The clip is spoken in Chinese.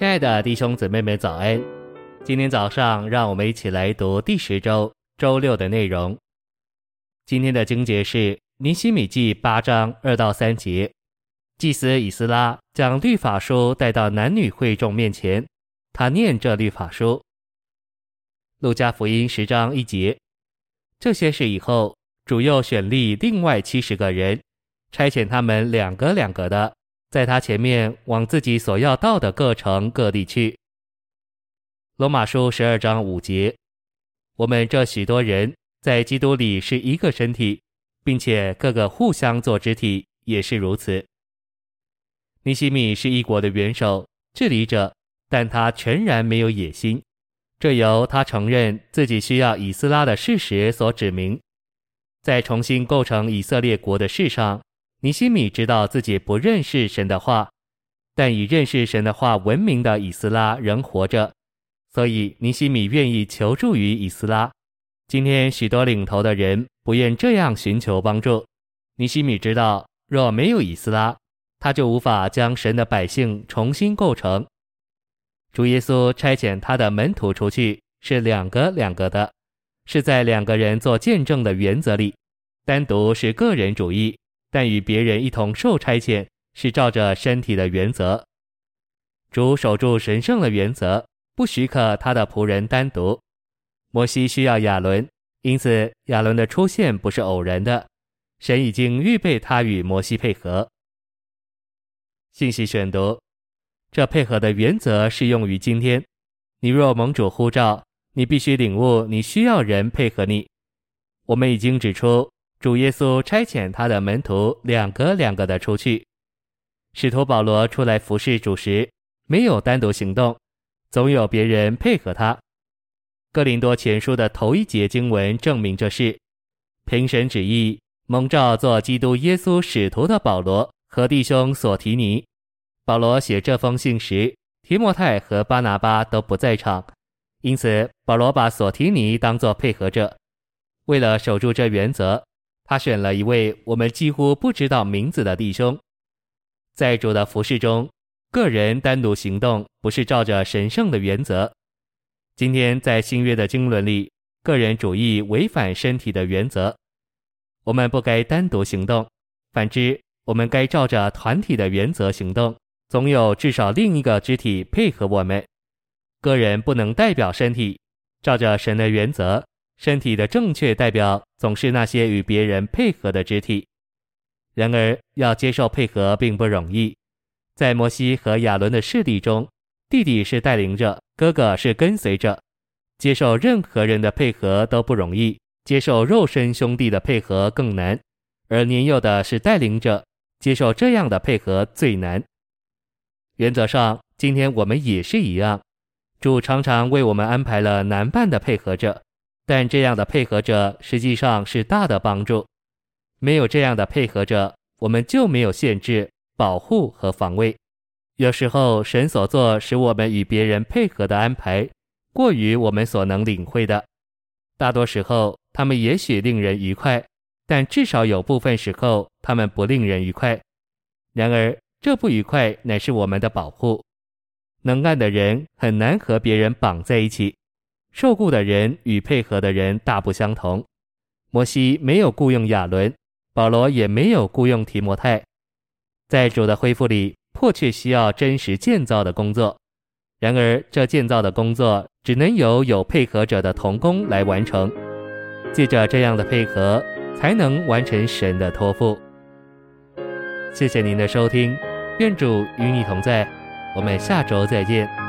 亲爱的弟兄姊妹们早安，今天早上让我们一起来读第10周周六的内容。今天的经节是尼希米记8章2到3节。祭司以斯拉将律法书带到男女会众面前，他念这律法书。路加福音10章1节。这些事以后，主又选立另外70个人，差遣他们两个的，在他前面往自己所要到的各城各地去。罗马书12章5节。我们这许多人在基督里是一个身体，并且各个互相做肢体，也是如此。尼希米是一国的元首、治理者，但他全然没有野心，这由他承认自己需要以斯拉的事实所指明。在重新构成以色列国的事上，尼希米知道自己不认识神的话，但以认识神的话闻名的以斯拉仍活着，所以尼希米愿意求助于以斯拉。今天许多领头的人不愿这样寻求帮助。尼希米知道，若没有以斯拉，他就无法将神的百姓重新构成。主耶稣差遣他的门徒出去，是两个的，是在2个人做见证的原则里。单独是个人主义，但与别人一同受差遣，是照着身体的原则。主守住神圣的原则，不许可他的仆人单独。摩西需要亚伦，因此亚伦的出现不是偶然的，神已经预备他与摩西配合。信息选读。这配合的原则适用于今天。你若蒙主呼召，你必须领悟你需要人配合你。我们已经指出，主耶稣差遣他的门徒两个的出去。使徒保罗出来服侍主时，没有单独行动，总有别人配合他。哥林多前书的头1节经文证明这事。凭神旨意，蒙召做基督耶稣使徒的保罗和弟兄所提尼。保罗写这封信时，提摩太和巴拿巴都不在场，因此保罗把所提尼当作配合者。为了守住这原则，他选了一位我们几乎不知道名字的弟兄。在主的服事中，个人单独行动不是照着神圣的原则。今天在新约的经纶里，个人主义违反身体的原则。我们不该单独行动，反之，我们该照着团体的原则行动，总有至少另一个肢体配合我们。个人不能代表身体，照着神的原则，身体的正确代表总是那些与别人配合的肢体。然而，要接受配合并不容易。在摩西和亚伦的事例中，弟弟是带领者，哥哥是跟随者。接受任何人的配合都不容易，接受肉身兄弟的配合更难。而年幼的是带领者，接受这样的配合最难。原则上，今天我们也是一样。主常常为我们安排了难办的配合者，但这样的配合者实际上是大的帮助。没有这样的配合者，我们就没有限制、保护和防卫。有时候神所做使我们与别人配合的安排，过于我们所能领会的。大多时候，他们也许令人愉快，但至少有部分时候，他们不令人愉快。然而，这不愉快乃是我们的保护。能干的人很难和别人绑在一起，受雇的人与配合的人大不相同。摩西没有雇用亚伦，保罗也没有雇用提摩太。在主的恢复里，迫切需要真实建造的工作。然而，这建造的工作只能由有配合者的同工来完成。借着这样的配合，才能完成神的托付。谢谢您的收听，愿主与你同在，我们下周再见。